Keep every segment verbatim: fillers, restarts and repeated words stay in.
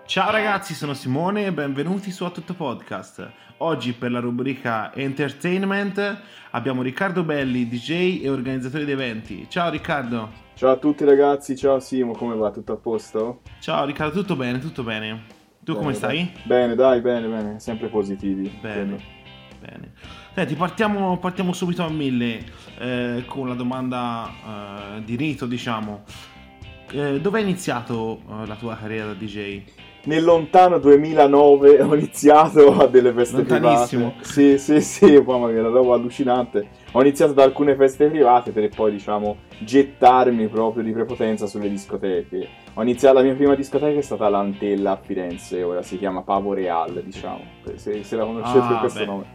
Ciao ragazzi, sono Simone e benvenuti su A Tutto Podcast. Oggi per la rubrica Entertainment abbiamo Riccardo Belli, D J e organizzatore di eventi. Ciao Riccardo. Ciao a tutti ragazzi, ciao Simo, come va? Tutto a posto? Ciao Riccardo, tutto bene, tutto bene. Tu come Bene, dai. stai? Bene, dai, bene, bene, sempre positivi. Bene, quello. bene. Senti, partiamo, partiamo subito a mille eh, con la domanda eh, di rito, diciamo. Eh, dove hai iniziato eh, la tua carriera da D J? Nel lontano duemilanove ho iniziato a delle feste Lontanissimo. private. Sì, sì, sì, mamma mia, una roba allucinante. Ho iniziato da alcune feste private per poi, diciamo, gettarmi proprio di prepotenza sulle discoteche. Ho iniziato, la mia prima discoteca è stata l'Antella a Firenze, ora si chiama Pavo Real, diciamo, se, se la conoscete per Ah, questo beh. nome.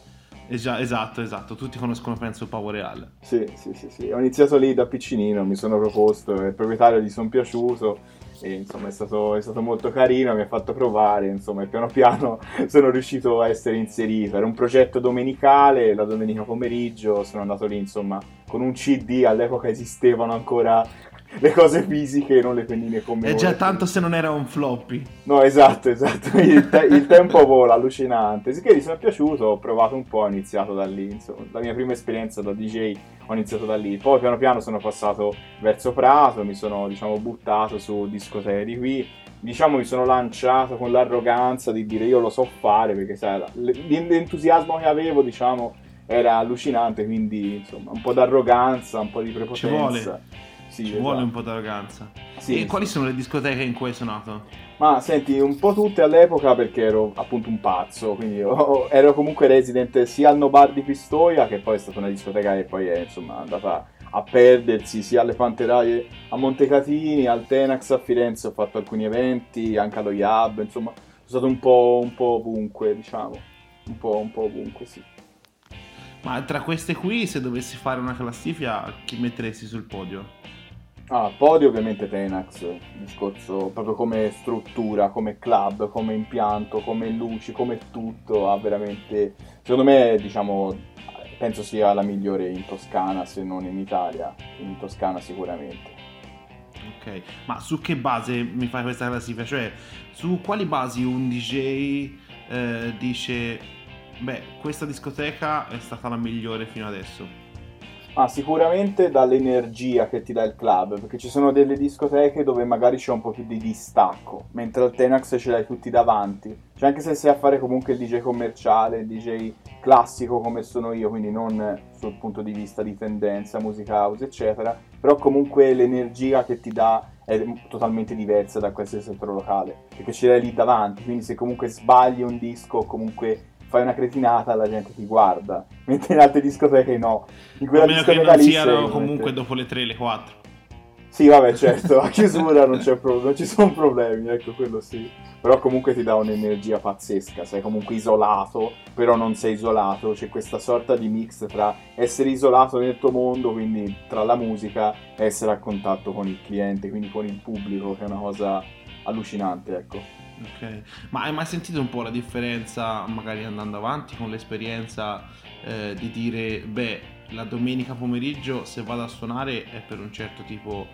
Esa- Esatto, esatto. Tutti conoscono, penso, Pavo Real. Sì, sì, sì, sì. Ho iniziato lì da piccinino, mi sono proposto, il proprietario gli sono piaciuto e insomma è stato, è stato molto carino, mi ha fatto provare, insomma, e piano piano sono riuscito a essere inserito. Era un progetto domenicale, la domenica pomeriggio sono andato lì, insomma, con un C D, all'epoca esistevano ancora le cose fisiche, non le pennine come È già ora. tanto se non era un floppy. No, esatto, esatto, il, te- il tempo vola, allucinante. Sì che mi sono piaciuto, ho provato un po', ho iniziato da lì, insomma, la mia prima esperienza da D J ho iniziato da lì. Poi piano piano sono passato verso Prato, mi sono, diciamo, buttato su discoteche di qui. Diciamo mi sono lanciato con l'arroganza di dire io lo so fare, perché sai, la- l'entusiasmo che avevo, diciamo, era allucinante, quindi insomma, un po' d'arroganza, un po' di Ci vuole, prepotenza. Sì, ci vuole un po' d'arroganza. Sì, E quali sì. sono le discoteche in cui hai suonato? Ma senti, un po' tutte all'epoca perché ero appunto un pazzo, quindi io- ero comunque resident sia al No Bar di Pistoia, che poi è stata una discoteca che poi è insomma andata a perdersi, sia alle Panteraie a Montecatini, al Tenax a Firenze ho fatto alcuni eventi, anche allo Yab, insomma, sono stato un po', un po' ovunque, diciamo, un po', un po' ovunque, sì. Ma tra queste qui, se dovessi fare una classifica, chi metteresti sul podio? Ah, podio ovviamente Tenax, discorso proprio come struttura, come club, come impianto, come luci, come tutto, ha veramente, secondo me, diciamo, penso sia la migliore in Toscana, se non in Italia, in Toscana sicuramente. Ok, ma su che base mi fai questa classifica? Cioè, su quali basi un D J eh, dice, beh, questa discoteca è stata la migliore fino adesso? Ah, sicuramente dall'energia che ti dà il club, perché ci sono delle discoteche dove magari c'è un po' più di distacco, mentre al Tenax ce l'hai tutti davanti. Cioè anche se sai a fare comunque il D J commerciale, il D J classico come sono io, quindi non sul punto di vista di tendenza, musica house, eccetera, però comunque l'energia che ti dà è totalmente diversa da qualsiasi altro locale, perché ce l'hai lì davanti, quindi se comunque sbagli un disco o comunque fai una cretinata la gente ti guarda, mentre in altre discoteche no. In A quella meno che discoteca non lì siano sei comunque veramente... dopo le tre, le quattro. Sì, vabbè, certo, a chiusura non c'è pro- non ci sono problemi, ecco, quello sì. Però comunque ti dà un'energia pazzesca, sei comunque isolato, però non sei isolato, c'è questa sorta di mix tra essere isolato nel tuo mondo, quindi tra la musica e essere a contatto con il cliente, quindi con il pubblico, che è una cosa allucinante, ecco. Ok, ma hai mai sentito un po' la differenza, magari andando avanti con l'esperienza, eh, di dire, beh, la domenica pomeriggio se vado a suonare è per un certo tipo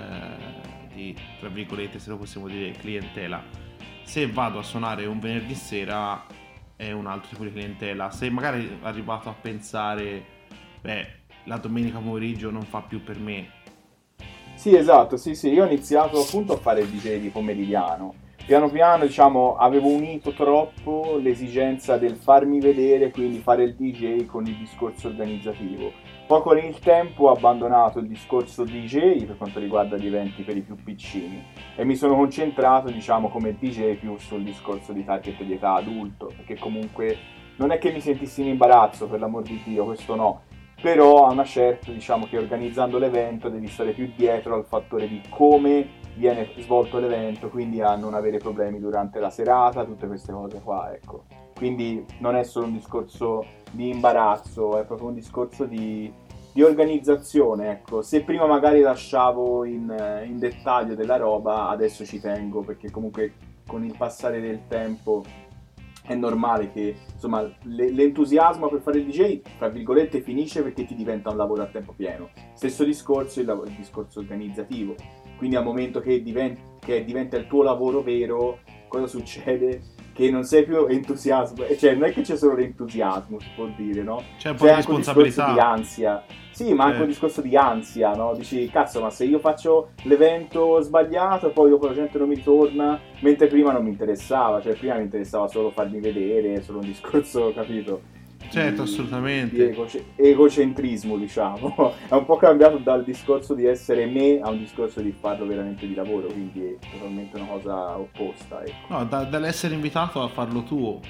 eh, di, tra virgolette, se lo possiamo dire, clientela. Se vado a suonare un venerdì sera è un altro tipo di clientela. Se magari è arrivato a pensare, beh, la domenica pomeriggio non fa più per me. Sì, esatto, sì, sì, io ho iniziato appunto a fare il D J di pomeridiano. Piano piano, diciamo, avevo unito troppo l'esigenza del farmi vedere, quindi fare il D J con il discorso organizzativo. Poi con il tempo ho abbandonato il discorso D J per quanto riguarda gli eventi per i più piccini e mi sono concentrato, diciamo, come D J più sul discorso di target di età adulto, perché comunque non è che mi sentissi in imbarazzo, per l'amor di Dio, questo no, però a una certa, diciamo che organizzando l'evento devi stare più dietro al fattore di come viene svolto l'evento, quindi a non avere problemi durante la serata, tutte queste cose qua, ecco. Quindi non è solo un discorso di imbarazzo, è proprio un discorso di, di organizzazione, ecco. Se prima magari lasciavo in, in dettaglio della roba, adesso ci tengo, perché comunque con il passare del tempo è normale che insomma le- l'entusiasmo per fare il D J, tra virgolette, finisce perché ti diventa un lavoro a tempo pieno. Stesso discorso il, lav- il discorso organizzativo. Quindi al momento che, diven- che diventa il tuo lavoro vero, cosa succede? Che non sei più entusiasmo, cioè non è che c'è solo l'entusiasmo, si può dire, no? C'è un po' di anche un discorso responsabilità. di ansia. Sì, ma anche Certo. un discorso di ansia, no? Dici, cazzo, ma se io faccio l'evento sbagliato, poi dopo la gente non mi ritorna, mentre prima non mi interessava, cioè prima mi interessava solo farmi vedere, solo un discorso, capito? Certo, Di, assolutamente. di egoce- egocentrismo, diciamo. È un po' cambiato dal discorso di essere me a un discorso di farlo veramente di lavoro, quindi è totalmente una cosa opposta, ecco. No, da- dall'essere invitato a farlo tuo.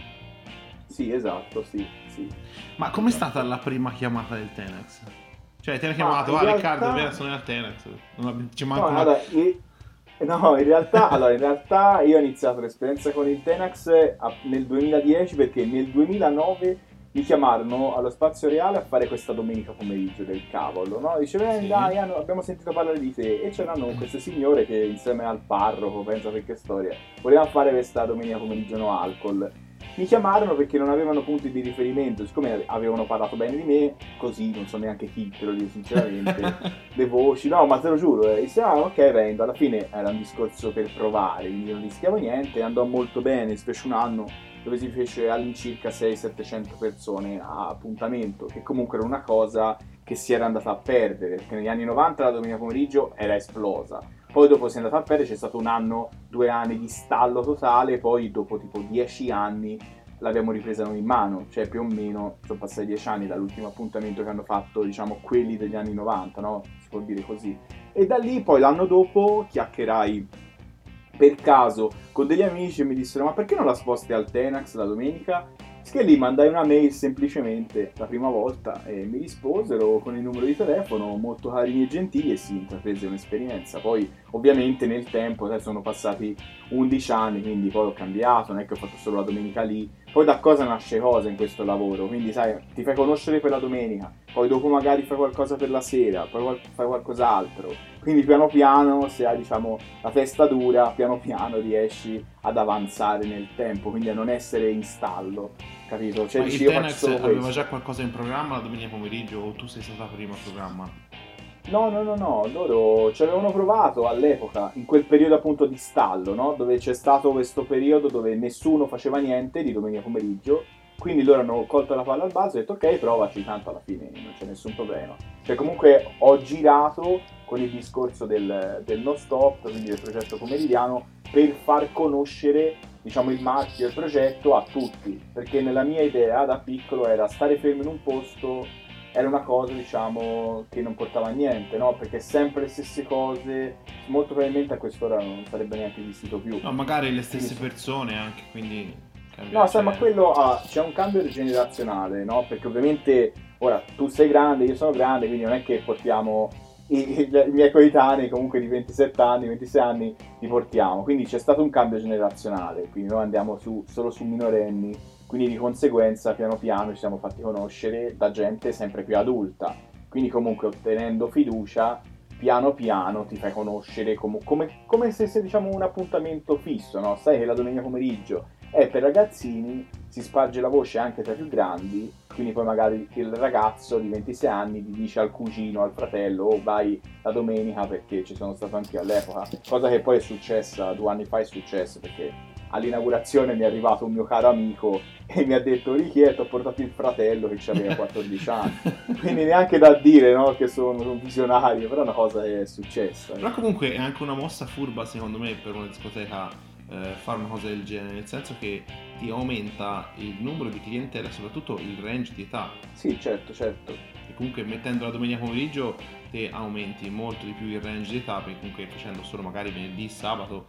Sì, esatto, sì, sì. Ma com'è stata la prima chiamata del Tenex? Cioè ti hanno Ma chiamato, in ah realtà... Riccardo, vieni a suonare al Tenex. Non abbi- ci manca No, una... allora, i- no, in realtà, allora, in realtà io ho iniziato l'esperienza con il Tenax a- nel duemiladieci perché nel duemilanove mi chiamarono allo Spazio Reale a fare questa domenica pomeriggio del cavolo, no? Dice, "Eh, Sì. dai, hanno- abbiamo sentito parlare di te e c'erano queste signore che insieme al parroco, pensa per che storia, volevano fare questa domenica pomeriggio no alcol. Mi chiamarono perché non avevano punti di riferimento, siccome avevano parlato bene di me, così, non so neanche chi, te lo dico sinceramente, le voci, no, ma te lo giuro, eh, disse, ah, ok, vengo, alla fine era un discorso per provare, quindi non rischiavo niente, andò molto bene, specie un anno dove si fece all'incirca seicento settecento persone a appuntamento, che comunque era una cosa che si era andata a perdere, perché negli anni novanta la domenica pomeriggio era esplosa. Poi dopo si è andata a perdere, c'è stato un anno, due anni di stallo totale, poi dopo tipo dieci anni l'abbiamo ripresa noi in mano, cioè più o meno sono passati dieci anni dall'ultimo appuntamento che hanno fatto, diciamo, quelli degli anni novanta, no? Si può dire così. E da lì poi l'anno dopo chiacchierai per caso con degli amici e mi dissero ma perché non la sposti al Tenax la domenica? Che lì mandai una mail semplicemente la prima volta e mi risposero con il numero di telefono, molto carini e gentili, e si intraprese un'esperienza. Poi ovviamente nel tempo, sai, sono passati undici anni, quindi poi ho cambiato, non è che ho fatto solo la domenica lì. Poi da cosa nasce cosa in questo lavoro? Quindi sai, ti fai conoscere per la domenica, poi dopo magari fai qualcosa per la sera, poi fai qualcos'altro. Quindi piano piano, se hai, diciamo, la testa dura, piano piano riesci ad avanzare nel tempo, quindi a non essere in stallo. Capito? Cioè, Ma dici, il io faccio Tenex solo aveva questo. già qualcosa in programma la domenica pomeriggio o tu sei stata prima al programma? No, no, no, no, loro ci avevano provato all'epoca, in quel periodo appunto di stallo, no? Dove c'è stato questo periodo dove nessuno faceva niente di domenica pomeriggio, quindi loro hanno colto la palla al balzo e detto ok, provaci, tanto alla fine non c'è nessun problema. Cioè comunque ho girato con il discorso del, del no stop, quindi del progetto pomeridiano, per far conoscere, diciamo, il marchio e il progetto a tutti, perché nella mia idea da piccolo era stare fermo in un posto era una cosa, diciamo, che non portava a niente, no? Perché sempre le stesse cose, molto probabilmente a quest'ora non sarebbe neanche esistito più. No, magari le stesse Quindi, persone anche, quindi cambia, no, sai, ma cioè... quello ha, c'è un cambio generazionale, no? Perché ovviamente ora tu sei grande, io sono grande, quindi non è che portiamo i, i- i miei coetanei comunque di ventisette anni, ventisei anni li portiamo. Quindi c'è stato un cambio generazionale, quindi noi andiamo su, solo su minorenni, quindi di conseguenza piano piano ci siamo fatti conoscere da gente sempre più adulta. Quindi comunque ottenendo fiducia, piano piano ti fai conoscere com- come, come se, se diciamo un appuntamento fisso, no? Sai che la domenica pomeriggio è per ragazzini, si sparge la voce anche tra i più grandi, quindi poi magari il ragazzo di ventisei anni gli dice al cugino, al fratello, oh vai la domenica perché ci sono stato anche io all'epoca, cosa che poi è successa, due anni fa è successo perché all'inaugurazione mi è arrivato un mio caro amico e mi ha detto Richieto, ho portato il fratello che aveva quattordici anni, quindi neanche da dire, no, che sono un visionario, però è una cosa che è successa. Però comunque è anche una mossa furba secondo me per una discoteca eh, fare una cosa del genere, nel senso che ti aumenta il numero di clientela e soprattutto il range di età. Sì, certo, certo. E comunque mettendo la domenica pomeriggio te aumenti molto di più il range di età, perché comunque facendo solo magari venerdì, sabato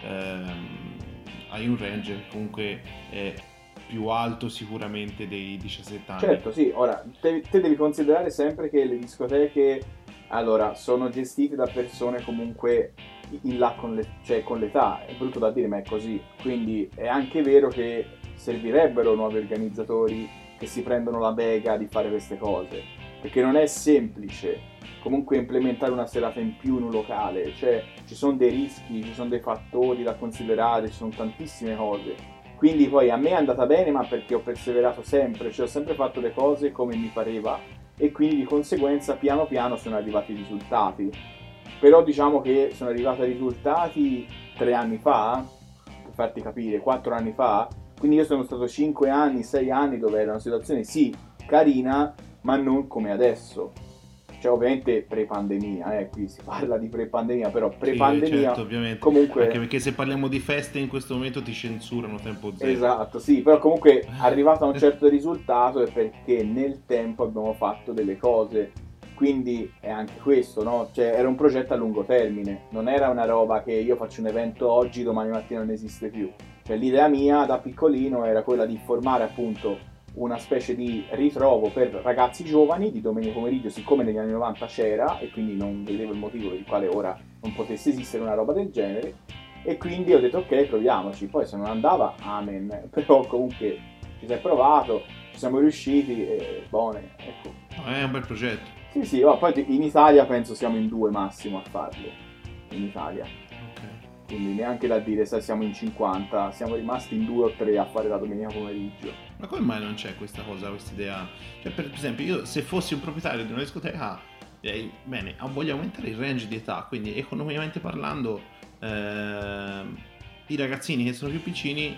ehm, hai un range che comunque è più alto sicuramente dei diciassette anni. Certo, sì, ora te, te devi considerare sempre che le discoteche allora sono gestite da persone comunque in là con, le, cioè, con l'età, è brutto da dire ma è così, quindi è anche vero che servirebbero nuovi organizzatori che si prendono la bega di fare queste cose, perché non è semplice comunque implementare una serata in più in un locale, cioè ci sono dei rischi, ci sono dei fattori da considerare, ci sono tantissime cose. Quindi poi a me è andata bene, ma perché ho perseverato sempre, cioè ho sempre fatto le cose come mi pareva e quindi di conseguenza piano piano sono arrivati i risultati. Però diciamo che sono arrivati ai risultati tre anni fa, per farti capire, quattro anni fa, quindi io sono stato cinque anni, sei anni dove era una situazione sì, carina, ma non come adesso. Cioè ovviamente pre-pandemia, eh, qui si parla di pre-pandemia, però pre-pandemia sì, certo, ovviamente. comunque... Anche perché se parliamo di feste in questo momento ti censurano tempo zero. Esatto, sì, però comunque arrivato a un certo risultato è perché nel tempo abbiamo fatto delle cose, quindi è anche questo, no? Cioè era un progetto a lungo termine, non era una roba che io faccio un evento oggi, domani mattina non esiste più. Cioè l'idea mia da piccolino era quella di formare appunto una specie di ritrovo per ragazzi giovani di domenica pomeriggio, siccome negli anni novanta c'era e quindi non vedevo il motivo per il quale ora non potesse esistere una roba del genere, e quindi ho detto ok, proviamoci. Poi se non andava, amen, però comunque ci si è provato, ci siamo riusciti e buone, ecco. È un bel progetto. Sì, sì, oh, poi in Italia penso siamo in due massimo a farlo, in Italia. Quindi neanche da dire se siamo in cinquanta, siamo rimasti in due o tre a fare la domenica pomeriggio. Ma come mai non c'è questa cosa, questa idea? Cioè, per esempio, io se fossi un proprietario di una discoteca, direi, bene, voglio aumentare il range di età, quindi economicamente parlando, ehm, i ragazzini che sono più piccini,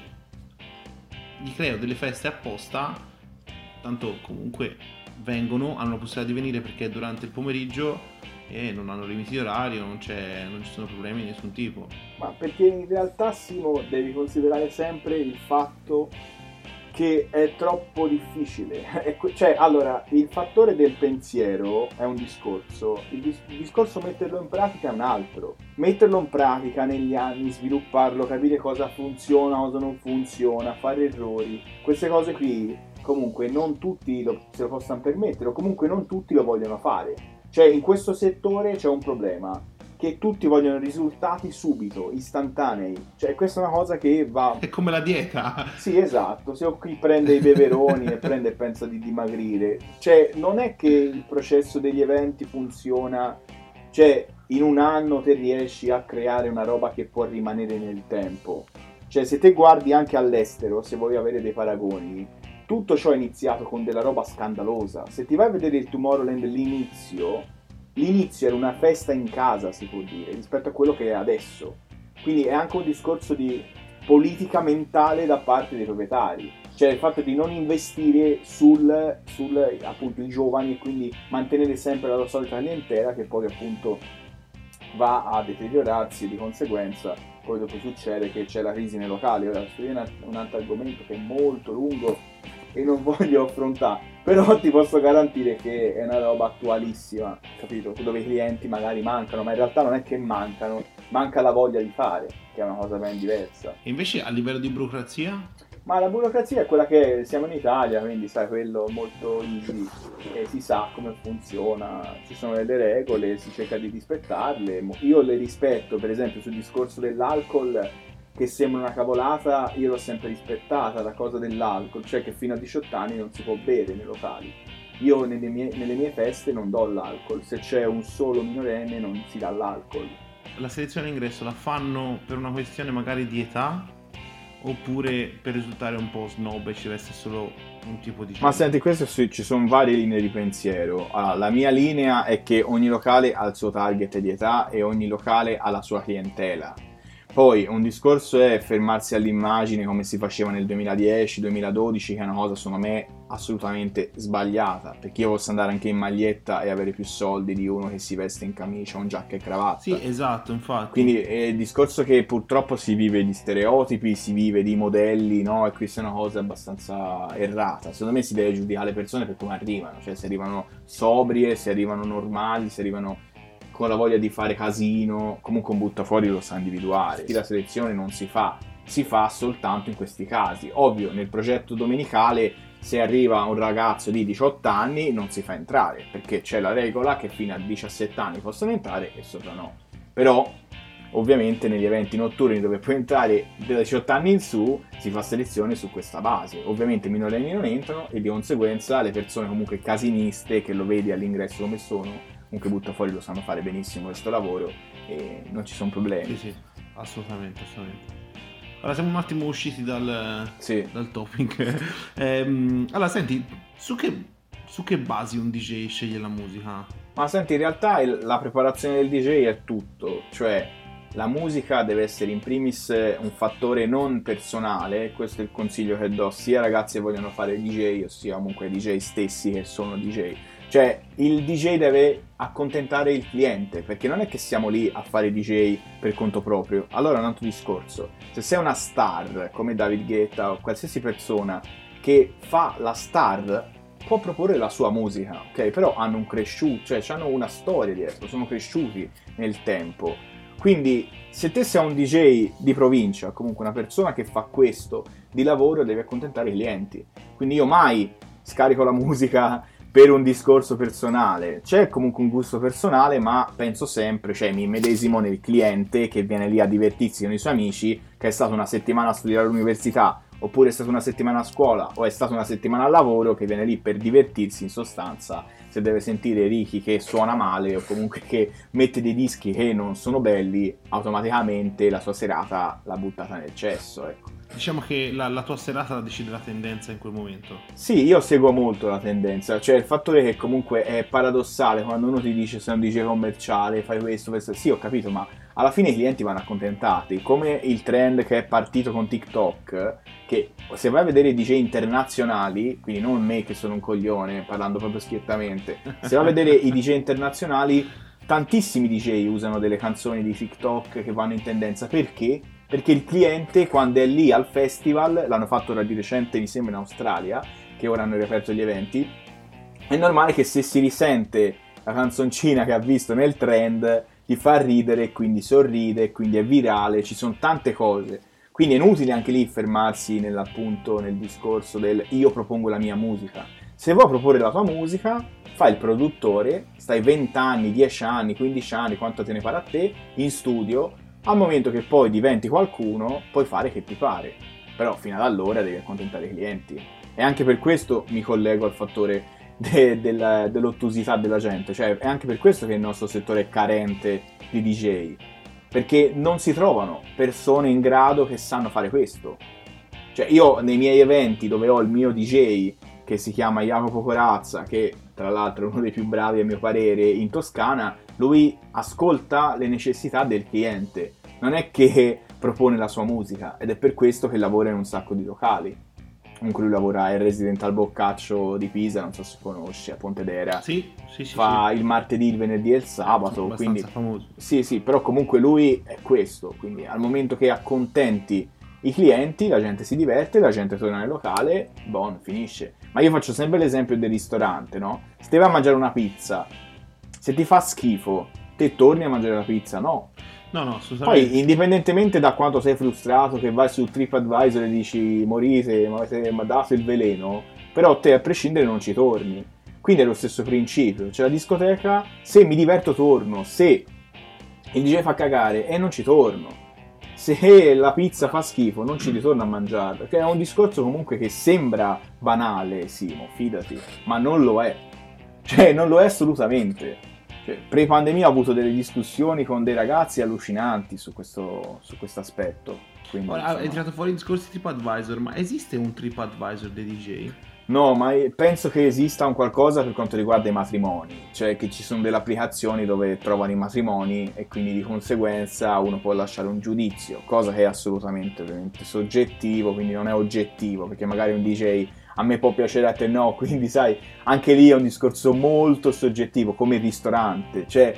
gli creo delle feste apposta, tanto comunque vengono, hanno la possibilità di venire perché è durante il pomeriggio e non hanno limiti di orario, non, c'è, non ci sono problemi di nessun tipo. Ma perché in realtà, Simo, devi considerare sempre il fatto che è troppo difficile. Cioè, allora, il fattore del pensiero è un discorso, il, dis- il discorso metterlo in pratica è un altro. Metterlo in pratica negli anni, svilupparlo, capire cosa funziona, cosa non funziona, fare errori, queste cose qui, comunque non tutti lo, se lo possano permettere, o comunque non tutti lo vogliono fare. Cioè in questo settore c'è un problema, che tutti vogliono risultati subito, istantanei. Cioè questa è una cosa che va... È come la dieta. Sì, esatto, se qui prende i beveroni e prende e pensa di dimagrire. Cioè non è che il processo degli eventi funziona, cioè in un anno te riesci a creare una roba che può rimanere nel tempo. Cioè se te guardi anche all'estero, se vuoi avere dei paragoni, tutto ciò è iniziato con della roba scandalosa. Se ti vai a vedere il Tomorrowland, l'inizio, l'inizio era una festa in casa, si può dire, rispetto a quello che è adesso. Quindi è anche un discorso di politica mentale da parte dei proprietari. Cioè il fatto di non investire sul, sul appunto i giovani e quindi mantenere sempre la solita clientela che poi appunto va a deteriorarsi e di conseguenza poi dopo succede che c'è la crisi nei locali. Ora questo è un altro argomento che è molto lungo e non voglio affrontare, però ti posso garantire che è una roba attualissima, capito? Dove i clienti magari mancano, ma in realtà non è che mancano, manca la voglia di fare, che è una cosa ben diversa. E invece a livello di burocrazia? Ma la burocrazia è quella che è, siamo in Italia, quindi sai, quello molto easy, e si sa come funziona, ci sono delle regole, si cerca di rispettarle. Io le rispetto, per esempio sul discorso dell'alcol, che sembra una cavolata, io l'ho sempre rispettata, la cosa dell'alcol, cioè che fino a diciotto anni non si può bere nei locali. Io nelle mie, nelle mie feste non do l'alcol, se c'è un solo minorenne non si dà l'alcol. La selezione ingresso la fanno per una questione magari di età? Oppure per risultare un po' snob e ci resta solo un tipo di... Ma senti, questo ci sono varie linee di pensiero. Allora, la mia linea è che ogni locale ha il suo target di età e ogni locale ha la sua clientela. Poi un discorso è fermarsi all'immagine come si faceva nel duemiladieci duemiladodici, che è una cosa secondo me assolutamente sbagliata, perché io posso andare anche in maglietta e avere più soldi di uno che si veste in camicia, un giacca e cravatta. Sì, esatto, infatti. Quindi è il discorso che purtroppo si vive di stereotipi, si vive di modelli, no? E questa è una cosa abbastanza errata. Secondo me si deve giudicare le persone per come arrivano, cioè se arrivano sobrie, se arrivano normali, se arrivano con la voglia di fare casino, comunque un buttafuori lo sa individuare. La selezione non si fa, si fa soltanto in questi casi. Ovvio, nel progetto domenicale, se arriva un ragazzo di diciotto anni non si fa entrare, perché c'è la regola che fino a diciassette anni possono entrare e sopra no. Però, ovviamente, negli eventi notturni dove puoi entrare da diciotto anni in su, si fa selezione su questa base. Ovviamente i minorenni non entrano e di conseguenza le persone comunque casiniste, che lo vedi all'ingresso come sono, comunque buttafuori lo sanno fare benissimo questo lavoro e non ci sono problemi. Sì, sì, assolutamente, assolutamente. Allora siamo un attimo usciti dal, sì. dal topic. ehm, allora senti, su che, su che basi un D J sceglie la musica? Ma senti, in realtà il, la preparazione del D J è tutto, cioè la musica deve essere in primis un fattore non personale, questo è il consiglio che do sia ai ragazzi che vogliono fare D J, ossia comunque ai D J stessi che sono D J. Cioè il D J deve accontentare il cliente, perché non è che siamo lì a fare D J per conto proprio. Allora è un altro discorso. Se sei una star come David Guetta o qualsiasi persona che fa la star, può proporre la sua musica, ok? Però hanno un cresciuto, cioè hanno una storia dietro, sono cresciuti nel tempo. Quindi se te sei un D J di provincia, comunque una persona che fa questo di lavoro, devi accontentare i clienti. Quindi io mai scarico la musica per un discorso personale, c'è comunque un gusto personale, ma penso sempre, cioè mi medesimo nel cliente che viene lì a divertirsi con i suoi amici, che è stato una settimana a studiare all'università, oppure è stata una settimana a scuola, o è stata una settimana al lavoro, che viene lì per divertirsi in sostanza. Se deve sentire Ricky che suona male o comunque che mette dei dischi che non sono belli, automaticamente la sua serata l'ha buttata nel cesso, ecco. Diciamo che la, la tua serata la decide la tendenza in quel momento. Sì, io seguo molto la tendenza, cioè il fattore che comunque è paradossale quando uno ti dice sei un D J commerciale, fai questo, questo, sì ho capito, ma alla fine i clienti vanno accontentati, come il trend che è partito con TikTok, che se vai a vedere i D J internazionali, quindi non me che sono un coglione, parlando proprio schiettamente, se vai a vedere i D J internazionali, tantissimi D J usano delle canzoni di TikTok che vanno in tendenza, perché? Perché il cliente quando è lì al festival, l'hanno fatto ora di recente mi sembra in Australia, che ora hanno riaperto gli eventi, è normale che se si risente la canzoncina che ha visto nel trend gli fa ridere e quindi sorride, quindi è virale, ci sono tante cose. Quindi è inutile anche lì fermarsi nell'appunto nel discorso del io propongo la mia musica. Se vuoi proporre la tua musica, fai il produttore, stai venti anni, dieci anni, quindici anni, quanto te ne pare a te, in studio. Al momento che poi diventi qualcuno, puoi fare che ti pare. Però fino ad allora devi accontentare i clienti. E anche per questo mi collego al fattore de- della- dell'ottusità della gente. Cioè è anche per questo che il nostro settore è carente di D J. Perché non si trovano persone in grado che sanno fare questo. Cioè io nei miei eventi dove ho il mio D J che si chiama Jacopo Corazza, che tra l'altro è uno dei più bravi a mio parere in Toscana, lui ascolta le necessità del cliente, non è che propone la sua musica, ed è per questo che lavora in un sacco di locali. Comunque lui lavora in Resident al Boccaccio di Pisa, non so se conosci, a Pontedera. Sì, sì, sì. Fa sì. il martedì, il venerdì e il sabato. È quindi famoso. Sì, sì, però comunque lui è questo, quindi al momento che accontenti i clienti, la gente si diverte, la gente torna nel locale, buon, finisce. Ma io faccio sempre l'esempio del ristorante, no? Se te vai a mangiare una pizza, se ti fa schifo, te torni a mangiare la pizza, no? No, no, assolutamente. Poi, indipendentemente da quanto sei frustrato, che vai su TripAdvisor e dici morite, ma avete dato il veleno, però te a prescindere non ci torni. Quindi è lo stesso principio. C'è la discoteca, se mi diverto torno, se il D J fa cagare e non ci torno. Se la pizza fa schifo non ci ritorno a mangiarla, che è un discorso comunque che sembra banale, Simo, fidati, ma non lo è. Cioè, non lo è assolutamente. Cioè, pre-pandemia ho avuto delle discussioni con dei ragazzi allucinanti su questo su questo aspetto. Quindi, Ora, insomma... hai tirato fuori il discorso di TripAdvisor, ma esiste un TripAdvisor dei D J? No, ma penso che esista un qualcosa per quanto riguarda i matrimoni, cioè che ci sono delle applicazioni dove trovano i matrimoni e quindi di conseguenza uno può lasciare un giudizio, cosa che è assolutamente ovviamente soggettivo, quindi non è oggettivo, perché magari un D J a me può piacere, a te no, quindi sai, anche lì è un discorso molto soggettivo, come il ristorante, cioè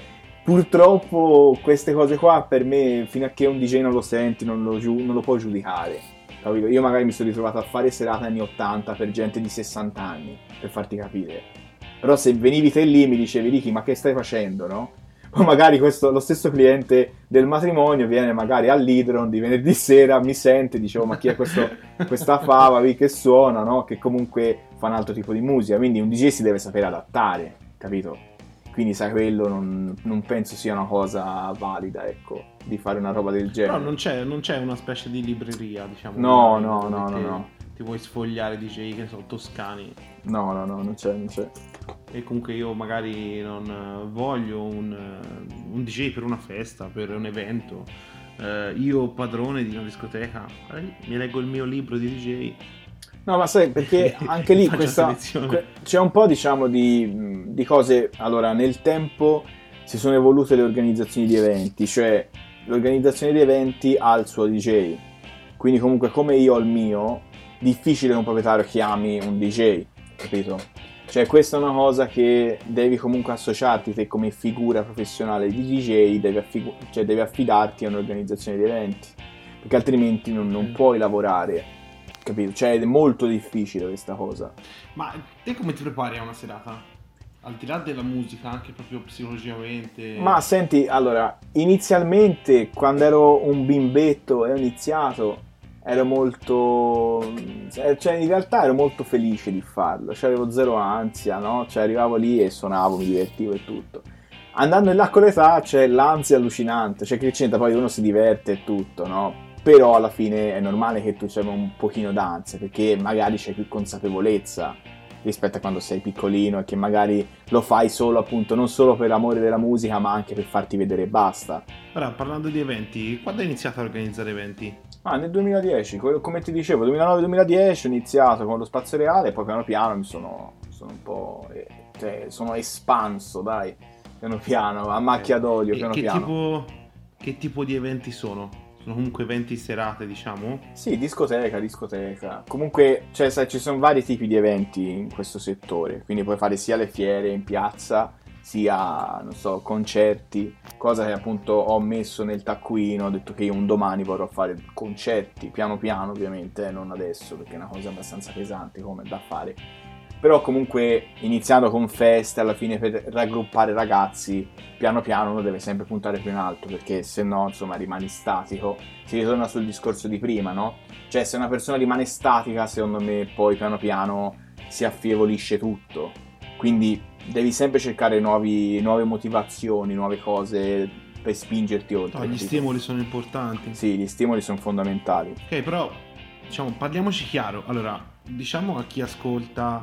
purtroppo queste cose qua per me, fino a che un D J non lo senti, non lo, giu- non lo può giudicare. Capito? Io magari mi sono ritrovato a fare serate anni ottanta per gente di sessanta anni, per farti capire. Però se venivi te lì mi dicevi Ricky, ma che stai facendo, no? O magari questo, lo stesso cliente del matrimonio viene magari all'Hydron di venerdì sera, mi sente, dicevo ma chi è questo, questa fava lì che suona, no? Che comunque fa un altro tipo di musica, quindi un D J si deve sapere adattare, capito? Quindi sai, quello non, non penso sia una cosa valida, ecco, di fare una roba del genere. Però non c'è, non c'è una specie di libreria, diciamo. No, no, no, no, no. Ti vuoi sfogliare D J, che ne so, toscani. No, no, no, non c'è, non c'è. E comunque io magari non voglio un, un D J per una festa, per un evento. Eh, io padrone di una discoteca, eh, mi leggo il mio libro di D J. No, ma sai, perché anche lì questa, que- c'è un po', diciamo, di, di cose. Allora, nel tempo si sono evolute le organizzazioni di eventi, cioè l'organizzazione di eventi ha il suo D J, quindi comunque come io ho il mio, difficile che un proprietario chiami un D J, capito? Cioè questa è una cosa che devi comunque associarti te come figura professionale di D J, devi, affigu- cioè devi affidarti a un'organizzazione di eventi, perché altrimenti non, non puoi lavorare, capito? Cioè è molto difficile questa cosa. Ma te come ti prepari a una serata? Al di là della musica, anche proprio psicologicamente. Ma senti, allora, inizialmente quando ero un bimbetto e ho iniziato ero molto, cioè in realtà ero molto felice di farlo, cioè avevo zero ansia, no? Cioè arrivavo lì e suonavo, mi divertivo e tutto. Andando in là con l'età c'è l'ansia allucinante, cioè che c'entra, poi uno si diverte e tutto, no? Però alla fine è normale che tu c'hai un pochino d'ansia, perché magari c'hai più consapevolezza rispetto a quando sei piccolino e che magari lo fai solo appunto non solo per amore della musica ma anche per farti vedere e basta. Ora, parlando di eventi, quando hai iniziato a organizzare eventi? Ah, nel duemiladieci, come ti dicevo, duemilanove duemiladieci ho iniziato con lo Spazio Reale e poi piano piano mi sono, sono un po', eh, cioè sono espanso, dai, piano piano, a macchia d'olio, piano che piano. Tipo, che tipo di eventi sono? Sono comunque eventi serate, diciamo? Sì, discoteca, discoteca. Comunque, cioè, sai, ci sono vari tipi di eventi in questo settore, quindi puoi fare sia le fiere in piazza, sia, non so, concerti, cosa che appunto ho messo nel taccuino, ho detto che io un domani vorrò fare concerti, piano piano ovviamente, eh, non adesso, perché è una cosa abbastanza pesante come da fare. Però comunque iniziando con feste, alla fine per raggruppare ragazzi, piano piano uno deve sempre puntare più in alto, perché se no insomma rimani statico. Si ritorna sul discorso di prima, no? Cioè se una persona rimane statica, secondo me poi piano piano si affievolisce tutto. Quindi devi sempre cercare nuovi, nuove motivazioni, nuove cose per spingerti oltre. No, gli capito? stimoli sono importanti. Sì, gli stimoli sono fondamentali. Ok, però diciamo, parliamoci chiaro. Allora, diciamo a chi ascolta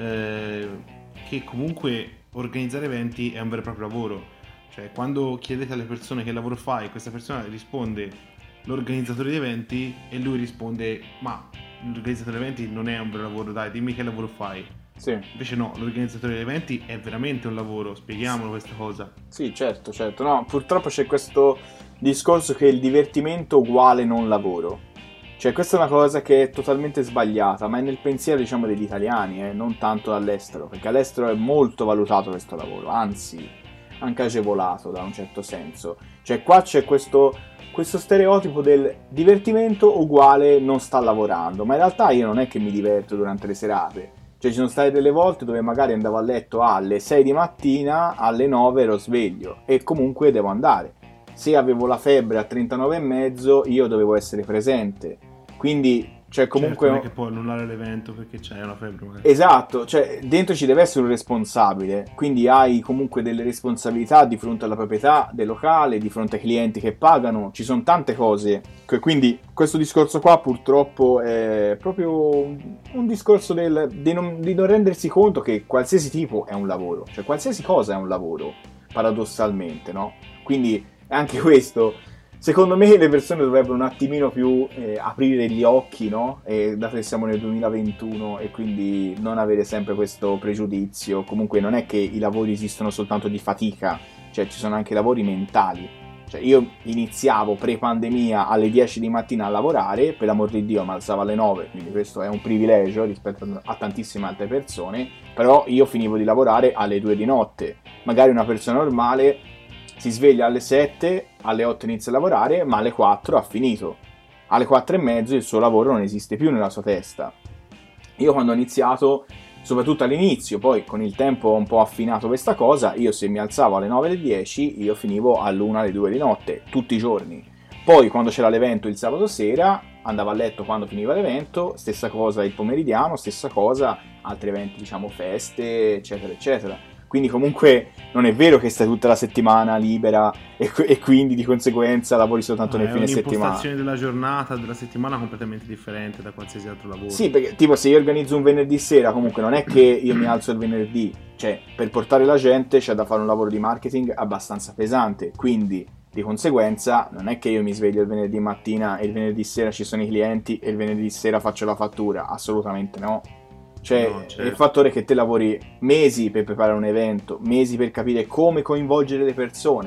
eh, che comunque organizzare eventi è un vero e proprio lavoro. Cioè, quando chiedete alle persone che lavoro fai, questa persona risponde l'organizzatore di eventi e lui risponde ma l'organizzatore di eventi non è un vero lavoro, dai, dimmi che lavoro fai. Sì. Invece no, l'organizzatore di eventi è veramente un lavoro, spieghiamolo questa cosa. Sì, certo, certo. No, purtroppo c'è questo discorso che il divertimento uguale non lavoro. Cioè, questa è una cosa che è totalmente sbagliata, ma è nel pensiero, diciamo, degli italiani, eh, non tanto all'estero, perché all'estero è molto valutato questo lavoro, anzi, anche agevolato da un certo senso. Cioè, qua c'è questo, questo stereotipo del divertimento uguale non sta lavorando, ma in realtà io non è che mi diverto durante le serate. Cioè ci sono state delle volte dove magari andavo a letto alle sei di mattina, alle nove ero sveglio e comunque devo andare. Se avevo la febbre a trentanove e mezzo io dovevo essere presente. Quindi, cioè comunque... Certo, non è che puoi annullare l'evento perché c'hai una febbre magari. Esatto, cioè dentro ci deve essere un responsabile, quindi hai comunque delle responsabilità di fronte alla proprietà del locale, di fronte ai clienti che pagano, ci sono tante cose, quindi questo discorso qua purtroppo è proprio un, un discorso del, di, non, di non rendersi conto che qualsiasi tipo è un lavoro, cioè qualsiasi cosa è un lavoro, paradossalmente, no? Quindi anche questo... Secondo me le persone dovrebbero un attimino più eh, aprire gli occhi, no? E dato che siamo nel duemilaventuno e quindi non avere sempre questo pregiudizio. Comunque non è che i lavori esistono soltanto di fatica, cioè ci sono anche lavori mentali. Cioè io iniziavo pre-pandemia alle dieci di mattina a lavorare, per l'amor di Dio mi alzavo alle nove, quindi questo è un privilegio rispetto a tantissime altre persone, però io finivo di lavorare alle due di notte. Magari una persona normale si sveglia alle sette, alle otto inizia a lavorare, ma alle quattro ha finito. Alle quattro e mezzo il suo lavoro non esiste più nella sua testa. Io quando ho iniziato, soprattutto all'inizio, poi con il tempo ho un po' affinato questa cosa, io se mi alzavo alle nove alle dieci, io finivo all'una alle due di notte, tutti i giorni. Poi quando c'era l'evento il sabato sera, andavo a letto quando finiva l'evento, stessa cosa il pomeridiano, stessa cosa altri eventi, diciamo feste, eccetera, eccetera. Quindi comunque non è vero che stai tutta la settimana libera e, e quindi di conseguenza lavori soltanto no, nel fine settimana. È un'impostazione della giornata, della settimana completamente differente da qualsiasi altro lavoro. Sì, perché tipo se io organizzo un venerdì sera comunque non è che io mi alzo il venerdì, cioè per portare la gente c'è da fare un lavoro di marketing abbastanza pesante, quindi di conseguenza non è che io mi sveglio il venerdì mattina e il venerdì sera ci sono i clienti e il venerdì sera faccio la fattura, assolutamente no. Cioè, no, certo. Il fattore è che te lavori mesi per preparare un evento, mesi per capire come coinvolgere le persone,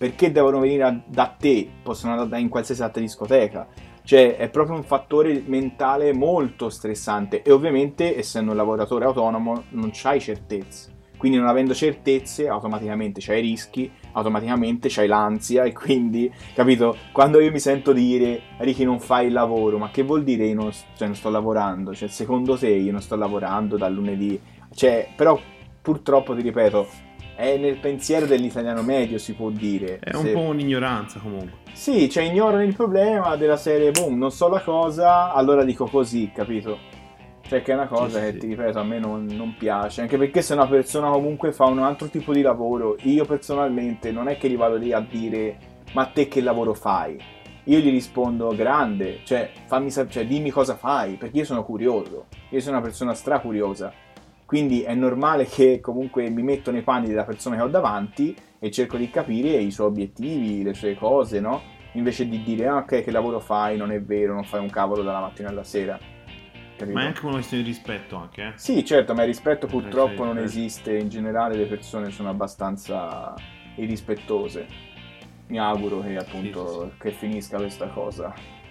perché devono venire a, da te, possono andare in qualsiasi altra discoteca. Cioè è proprio un fattore mentale molto stressante e ovviamente essendo un lavoratore autonomo non c'hai certezze, quindi non avendo certezze automaticamente c'hai rischi, automaticamente c'hai l'ansia e quindi, capito, quando io mi sento dire Ricky non fai il lavoro, ma che vuol dire io non, cioè, non sto lavorando? Cioè secondo te io non sto lavorando dal lunedì? Cioè però purtroppo ti ripeto è nel pensiero dell'italiano medio, si può dire. È un Se... po' un'ignoranza comunque. Sì, cioè ignorano il problema della serie, boom, non so la cosa, allora dico così, capito? Cioè che è una cosa Sì, che, sì. ti ripeto, a me non, non piace, anche perché se una persona comunque fa un altro tipo di lavoro, io personalmente non è che li vado lì a dire, ma te che lavoro fai? Io gli rispondo, grande, cioè, fammi sap- cioè dimmi cosa fai, perché io sono curioso, io sono una persona stracuriosa. Quindi è normale che comunque mi metto nei panni della persona che ho davanti e cerco di capire i suoi obiettivi, le sue cose, no? Invece di dire, ah, ok, che lavoro fai, non è vero, non fai un cavolo dalla mattina alla sera. Capito? Ma è anche una questione di rispetto anche, eh? Sì, certo, ma il rispetto purtroppo sì, non sì. esiste, in generale le persone sono abbastanza irrispettose. Mi auguro che appunto Sì, sì, sì. che finisca questa cosa.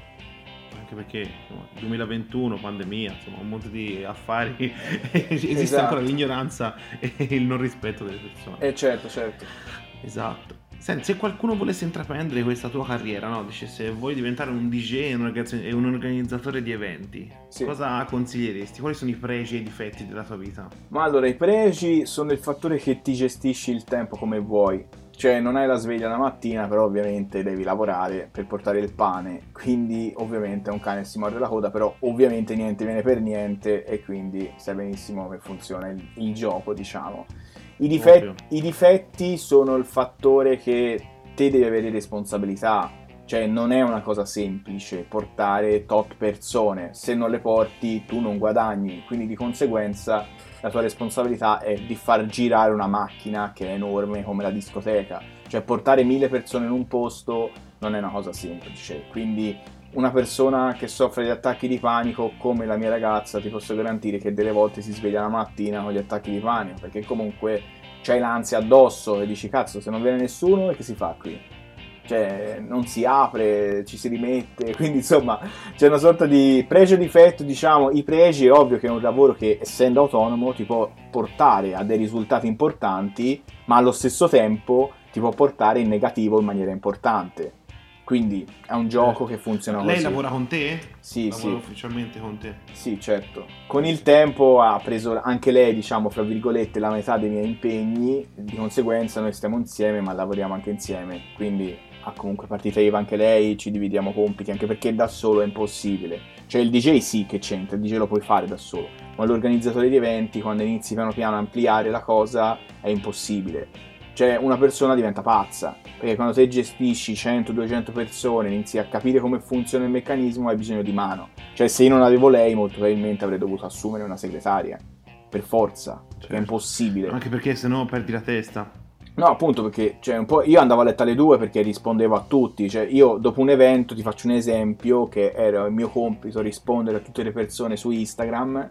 Anche perché insomma, duemilaventuno, pandemia, insomma, un monte di affari, esiste Esatto. ancora l'ignoranza e il non rispetto delle persone. Eh certo, certo. Esatto. Senti, se qualcuno volesse intraprendere questa tua carriera, no? Dice, se vuoi diventare un D J e un, organizz- e un organizzatore di eventi, Sì. cosa consiglieresti? Quali sono i pregi e i difetti della tua vita? Ma allora, i pregi sono il fattore che ti gestisci il tempo come vuoi. Cioè, non hai la sveglia la mattina, però ovviamente devi lavorare per portare il pane. Quindi, ovviamente, è un cane che si morde la coda, però ovviamente niente viene per niente e quindi sai benissimo come funziona il, il gioco, diciamo. I, dife- I difetti sono il fattore che te devi avere responsabilità. Cioè, non è una cosa semplice portare tot persone. Se non le porti, tu non guadagni. Quindi, di conseguenza, la tua responsabilità è di far girare una macchina che è enorme come la discoteca. Cioè, portare mille persone in un posto non è una cosa semplice. Quindi, una persona che soffre di attacchi di panico, come la mia ragazza, ti posso garantire che delle volte si sveglia la mattina con gli attacchi di panico, perché comunque c'hai l'ansia addosso e dici, cazzo, se non viene nessuno, che si fa qui? Cioè non si apre, ci si rimette, quindi insomma c'è una sorta di pregio e difetto, diciamo. I pregi è ovvio che è un lavoro che essendo autonomo ti può portare a dei risultati importanti, ma allo stesso tempo ti può portare in negativo in maniera importante, quindi è un gioco che funziona così. Lei lavora con te? Sì, lavora sì. ufficialmente con te? Sì, certo. Con il tempo ha preso anche lei, diciamo, fra virgolette, la metà dei miei impegni, di conseguenza noi stiamo insieme, ma lavoriamo anche insieme, quindi ha comunque partita I V A anche lei, ci dividiamo compiti, anche perché da solo è impossibile. Cioè il D J sì che c'entra, il D J lo puoi fare da solo, ma l'organizzatore di eventi, quando inizi piano piano a ampliare la cosa, è impossibile. Cioè una persona diventa pazza, perché quando te gestisci cento duecento persone, inizi a capire come funziona il meccanismo, hai bisogno di mano. Cioè se io non avevo lei, molto probabilmente avrei dovuto assumere una segretaria, per forza, perché Certo. è impossibile. Anche perché sennò perdi la testa. No, appunto perché cioè, un po' io andavo a letto alle due perché rispondevo a tutti. Cioè io dopo un evento, ti faccio un esempio, che era il mio compito rispondere a tutte le persone su Instagram,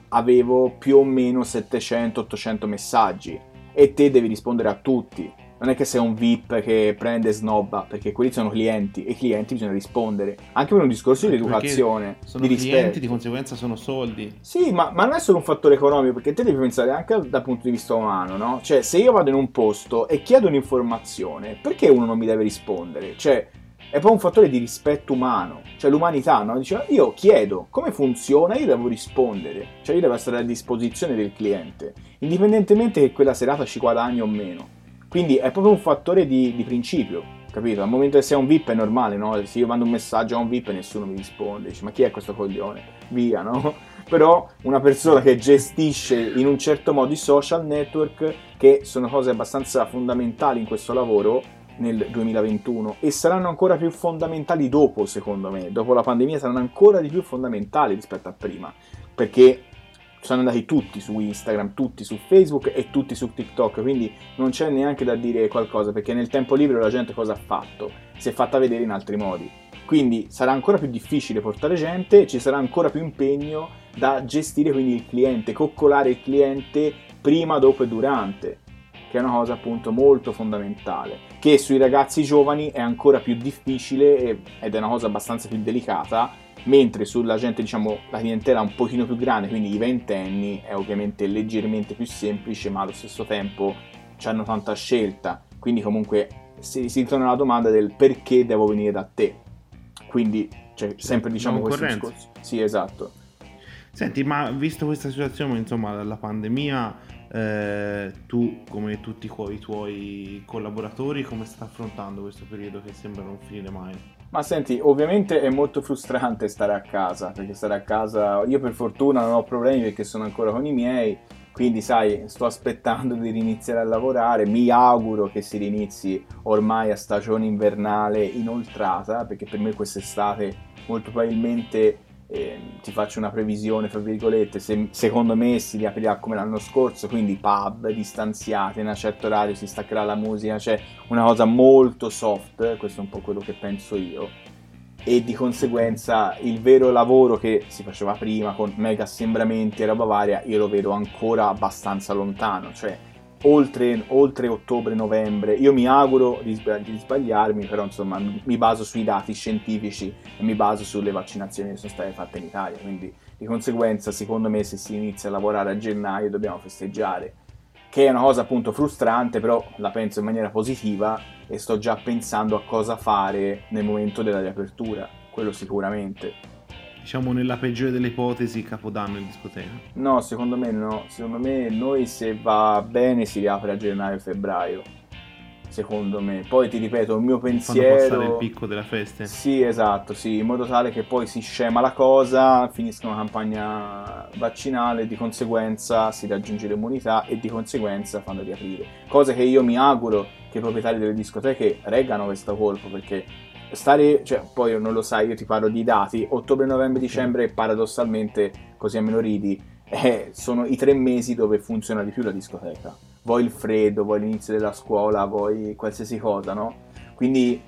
avevo più o meno settecento ottocento messaggi e te devi rispondere a tutti. Non è che sei un V I P che prende e snobba, perché quelli sono clienti e i clienti bisogna rispondere. Anche per un discorso di Anche educazione, sono di clienti, rispetto. di conseguenza sono soldi. Sì, ma, ma non è solo un fattore economico, perché te devi pensare anche dal punto di vista umano, no? Cioè, se io vado in un posto e chiedo un'informazione, perché uno non mi deve rispondere? Cioè, è poi un fattore di rispetto umano, cioè l'umanità, no? Dice, io chiedo come funziona, io devo rispondere, cioè io devo essere a disposizione del cliente, indipendentemente che quella serata ci guadagni o meno. Quindi è proprio un fattore di, di principio, capito? Al momento che sei un V I P è normale, no? Se io mando un messaggio a un V I P e nessuno mi risponde, dice, ma chi è questo coglione? Via, no? Però una persona che gestisce in un certo modo i social network, che sono cose abbastanza fondamentali in questo lavoro nel duemilaventuno e saranno ancora più fondamentali dopo, secondo me, dopo la pandemia saranno ancora di più fondamentali rispetto a prima, perché sono andati tutti su Instagram, tutti su Facebook e tutti su TikTok, quindi non c'è neanche da dire qualcosa, perché nel tempo libero la gente cosa ha fatto? Si è fatta vedere in altri modi. Quindi sarà ancora più difficile portare gente, ci sarà ancora più impegno da gestire quindi il cliente, coccolare il cliente prima, dopo e durante, che è una cosa appunto molto fondamentale. che sui ragazzi giovani è ancora più difficile ed è una cosa abbastanza più delicata, mentre sulla gente, diciamo, la clientela un pochino più grande, quindi i ventenni, è ovviamente leggermente più semplice, ma allo stesso tempo hanno tanta scelta, quindi comunque si, si ritorna alla domanda del perché devo venire da te, quindi cioè, sempre diciamo questo discorso. Sì, esatto. Senti, ma visto questa situazione, insomma, la pandemia, eh, tu come tutti i tuoi collaboratori, come stai affrontando questo periodo che sembra non finire mai? Ma senti, ovviamente è molto frustrante stare a casa, perché stare a casa, io per fortuna non ho problemi perché sono ancora con i miei, quindi sai, sto aspettando di riniziare a lavorare, mi auguro che si rinizi ormai a stagione invernale inoltrata, perché per me quest'estate molto probabilmente, eh, ti faccio una previsione, fra virgolette, se, secondo me si riaprirà come l'anno scorso, quindi pub distanziati, in un certo orario si staccherà la musica, cioè una cosa molto soft, questo è un po' quello che penso io, e di conseguenza il vero lavoro che si faceva prima con mega assembramenti e roba varia io lo vedo ancora abbastanza lontano, cioè oltre, oltre ottobre-novembre, io mi auguro di, di sbagliarmi, però insomma mi baso sui dati scientifici e mi baso sulle vaccinazioni che sono state fatte in Italia, quindi di conseguenza secondo me se si inizia a lavorare a gennaio dobbiamo festeggiare, che è una cosa appunto frustrante, però la penso in maniera positiva e sto già pensando a cosa fare nel momento della riapertura, quello sicuramente. Diciamo nella peggiore delle ipotesi, Capodanno in discoteca. No, secondo me no, secondo me noi se va bene si riapre a gennaio-febbraio, secondo me. Poi ti ripeto, il mio pensiero... Fanno passare il picco della festa. Sì, esatto, sì, in modo tale che poi si scema la cosa, finisca una campagna vaccinale, di conseguenza si raggiunge l'immunità e di conseguenza fanno riaprire. Cosa che io mi auguro che i proprietari delle discoteche reggano questo colpo, perché stare, cioè, poi non lo sai, io ti parlo di dati, ottobre, novembre, dicembre, paradossalmente, così almeno ridi, eh, sono i tre mesi dove funziona di più la discoteca. Vuoi il freddo, vuoi l'inizio della scuola, vuoi qualsiasi cosa, no? Quindi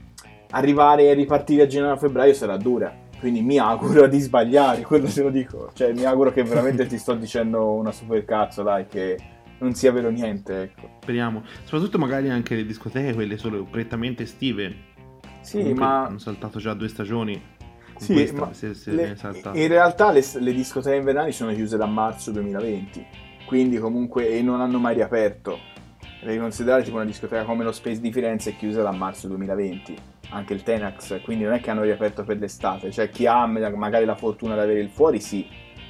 arrivare e ripartire a gennaio-febbraio sarà dura, quindi mi auguro di sbagliare, quello te lo dico, cioè mi auguro che veramente ti sto dicendo una super cazzo, dai, che non sia vero niente, ecco. Speriamo, soprattutto magari anche le discoteche, quelle solo prettamente estive. Sì, comunque ma hanno saltato già due stagioni. Con sì, questa, ma se, se le... ne è saltato. in realtà le, le discoteche invernali sono chiuse da marzo duemilaventi, quindi comunque e non hanno mai riaperto. Devi considerare tipo una discoteca come lo Space di Firenze è chiusa da marzo duemilaventi, anche il Tenax, quindi non è che hanno riaperto per l'estate, cioè chi ha magari la fortuna di avere il fuori sì,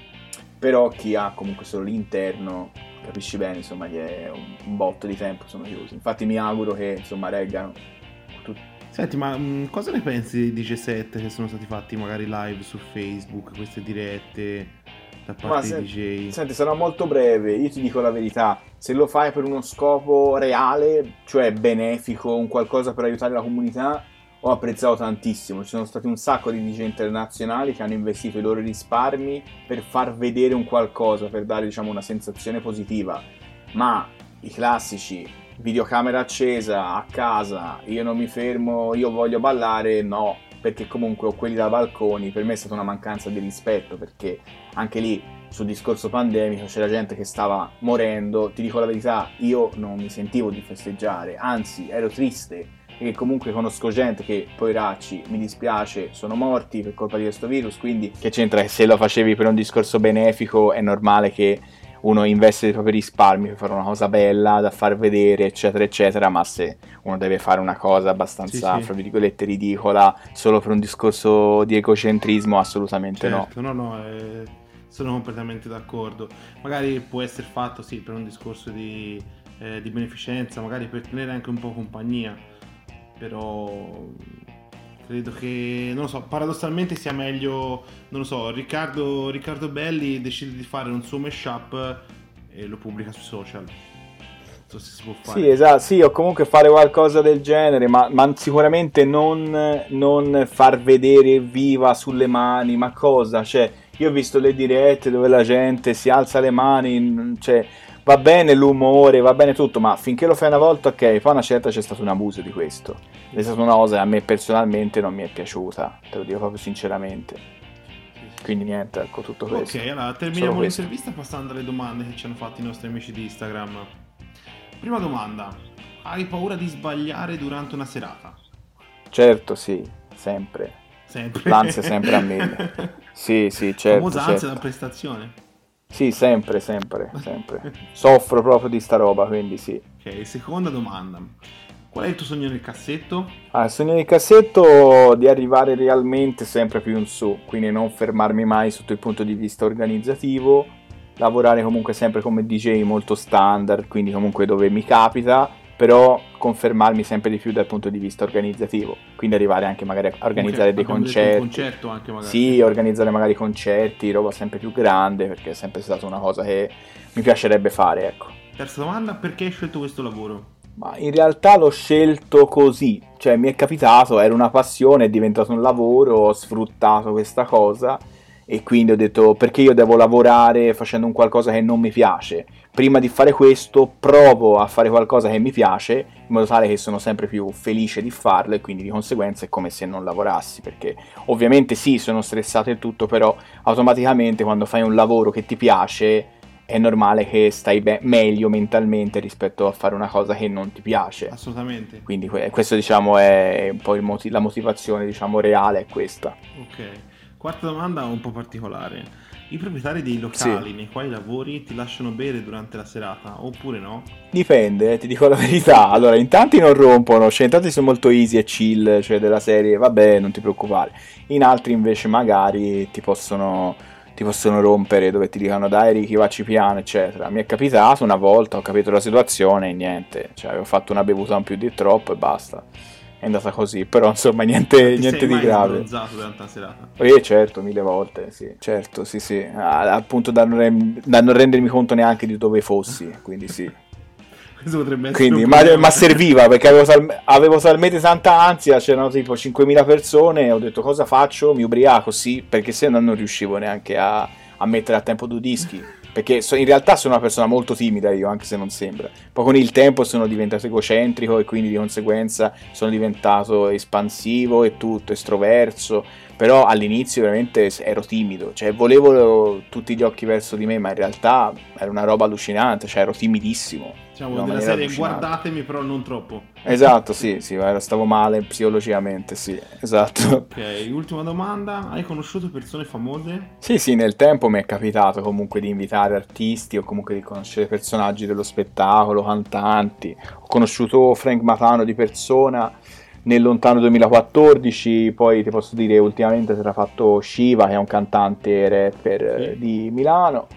però chi ha comunque solo l'interno, capisci bene, insomma, gli è un, un botto di tempo sono chiusi. Infatti mi auguro che insomma reggano. Tut- Senti, ma mh, cosa ne pensi di D J set che sono stati fatti magari live su Facebook, queste dirette da parte Ma dei se- D J? Senti, sarò molto breve, io ti dico la verità, se lo fai per uno scopo reale, cioè benefico, un qualcosa per aiutare la comunità, ho apprezzato tantissimo. Ci sono stati un sacco di D J internazionali che hanno investito i loro risparmi per far vedere un qualcosa, per dare, diciamo, una sensazione positiva, ma i classici videocamera accesa a casa, io non mi fermo, io voglio ballare, no, perché comunque ho quelli da balconi, per me è stata una mancanza di rispetto, perché anche lì sul discorso pandemico c'era gente che stava morendo, ti dico la verità, io non mi sentivo di festeggiare, anzi ero triste, perché comunque conosco gente che, poveracci, mi dispiace, sono morti per colpa di questo virus, quindi che c'entra che se lo facevi per un discorso benefico è normale che uno investe dei propri risparmi per fare una cosa bella da far vedere, eccetera eccetera, ma se uno deve fare una cosa abbastanza, Sì, sì. fra virgolette, ridicola solo per un discorso di egocentrismo, assolutamente Certo, no, no, eh, sono completamente d'accordo. Magari può essere fatto, sì, per un discorso di, eh, di beneficenza, magari per tenere anche un po' compagnia, però credo che, non lo so, paradossalmente sia meglio, non lo so, Riccardo, Riccardo Belli decide di fare un suo mashup e lo pubblica sui social. Non so se si può fare. Sì, esatto, sì, o comunque fare qualcosa del genere, ma, ma sicuramente non, non far vedere viva sulle mani, ma cosa? Cioè, io ho visto le dirette dove la gente si alza le mani, cioè, va bene l'umore, va bene tutto, ma finché lo fai una volta, ok, poi una certa c'è stato un abuso di questo. È stata una cosa che a me personalmente non mi è piaciuta, te lo dico proprio sinceramente. Quindi niente, ecco, tutto questo. Ok, allora terminiamo l'intervista passando alle domande che ci hanno fatto i nostri amici di Instagram. Prima domanda: hai paura di sbagliare durante una serata? Certo, sì, sempre. Sempre. L'ansia è sempre a mille. Sì, sì, certo. Famosa ansia certo. da prestazione. Sì, sempre, sempre, sempre. Soffro proprio di sta roba, quindi sì. Ok, seconda domanda. Qual è il tuo sogno nel cassetto? Ah, il sogno di cassetto di arrivare realmente sempre più in su, quindi non fermarmi mai sotto il punto di vista organizzativo, lavorare comunque sempre come D J molto standard, quindi comunque dove mi capita, però confermarmi sempre di più dal punto di vista organizzativo, quindi arrivare anche magari a organizzare Ok, dei abbiamo detto concerti. un concerto anche magari. Sì, organizzare magari concerti, roba sempre più grande, perché è sempre stata una cosa che mi piacerebbe fare, ecco. Terza domanda, perché hai scelto questo lavoro? Ma in realtà l'ho scelto così, cioè mi è capitato, era una passione, è diventato un lavoro, ho sfruttato questa cosa e quindi ho detto perché io devo lavorare facendo un qualcosa che non mi piace. Prima di fare questo provo a fare qualcosa che mi piace in modo tale che sono sempre più felice di farlo e quindi di conseguenza è come se non lavorassi, perché ovviamente sì, sono stressato e tutto, però automaticamente quando fai un lavoro che ti piace è normale che stai be- meglio mentalmente rispetto a fare una cosa che non ti piace. Assolutamente. Quindi que- questo diciamo è un po' il moti- la motivazione diciamo reale è questa. Ok. Quarta domanda un po' particolare. I proprietari dei locali Sì. nei quali lavori ti lasciano bere durante la serata oppure no? Dipende, eh, ti dico la verità. Allora, in tanti non rompono, cioè in tanti sono molto easy e chill, cioè della serie, vabbè, non ti preoccupare. In altri invece magari ti possono, ti possono rompere, dove ti dicono dai Ricky, vacci piano, eccetera. Mi è capitato una volta, ho capito la situazione e niente, cioè avevo fatto una bevuta un più di troppo e basta. È andata così, però insomma niente, Ti niente sei di mai grave. sbronzato durante la serata? Eh certo, mille volte, sì, certo, sì, sì, Ah, appunto da non, rem- da non rendermi conto neanche di dove fossi, quindi sì. Questo potrebbe essere Quindi, un ma, problema. ma serviva perché avevo, tal- avevo talmente tanta ansia, c'erano tipo cinquemila persone e ho detto cosa faccio? Mi ubriaco, sì, perché se no non riuscivo neanche a, a mettere a tempo due dischi. Perché so- in realtà sono una persona molto timida io, anche se non sembra. Poi con il tempo sono diventato egocentrico e quindi di conseguenza sono diventato espansivo e tutto, estroverso. Però all'inizio veramente ero timido, cioè volevo tutti gli occhi verso di me, ma in realtà era una roba allucinante, cioè ero timidissimo. Diciamo in una della maniera serie allucinante. guardatemi però non troppo. Esatto, sì, sì, stavo male psicologicamente, sì, esatto. Ok, ultima domanda. Hai conosciuto persone famose? Sì, sì, nel tempo mi è capitato comunque di invitare artisti o comunque di conoscere personaggi dello spettacolo, cantanti. Ho conosciuto Frank Matano di persona nel lontano duemilaquattordici, poi ti posso dire ultimamente si era fatto Shiva, che è un cantante rapper eh, Sì. di Milano.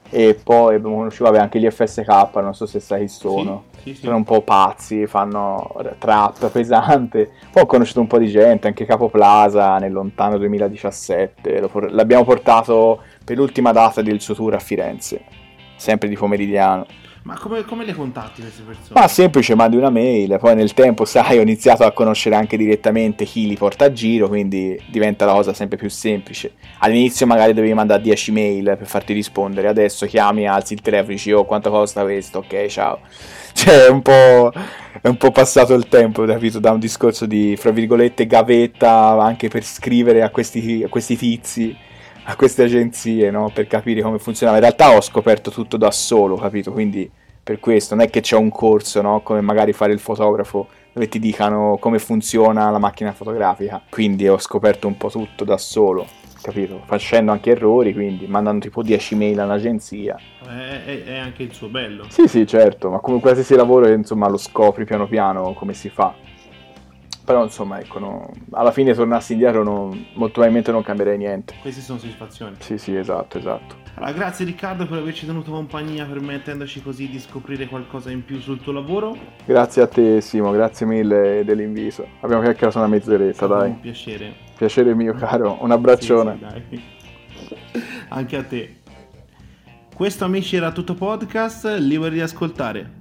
E poi abbiamo conosciuto vabbè, anche gli F S K, non so se sai chi sono. Sì, sì, sì. Sono un po' pazzi, fanno trap pesante. Poi ho conosciuto un po' di gente, anche Capo Plaza nel lontano duemiladiciassette. Lo por- l'abbiamo portato per l'ultima data del suo tour a Firenze, sempre di pomeridiano. Ma come, come le contatti queste persone? Ma semplice, mandi una mail, poi nel tempo, sai, ho iniziato a conoscere anche direttamente chi li porta a giro, quindi diventa la cosa sempre più semplice. All'inizio magari dovevi mandare dieci mail per farti rispondere, adesso chiami, alzi il telefono e dici oh quanto costa questo, ok ciao. Cioè è un po', è un po' passato il tempo, capito, da un discorso di, fra virgolette, gavetta anche per scrivere a questi, a questi tizi, a queste agenzie, no? Per capire come funzionava. In realtà ho scoperto tutto da solo, capito? Quindi per questo non è che c'è un corso, no? Come magari fare il fotografo dove ti dicano come funziona la macchina fotografica. Quindi ho scoperto un po' tutto da solo, capito? Facendo anche errori, quindi mandando tipo dieci mail all'agenzia. È, è, è anche il suo bello. Sì, sì, certo, ma come qualsiasi lavoro, insomma, lo scopri piano piano come si fa. Però insomma, ecco, no, alla fine tornassi indietro non, molto probabilmente non cambierei niente. Queste sono soddisfazioni. Sì, sì, esatto, esatto. Allora, grazie Riccardo per averci tenuto compagnia, permettendoci così di scoprire qualcosa in più sul tuo lavoro. Grazie a te Simo, grazie mille dell'invito. Abbiamo chiacchierato una mezz'oretta, dai. Un piacere. Piacere mio caro, un abbraccione. Sì, sì, dai. Anche a te. Questo amici era tutto podcast, liberi di ascoltare.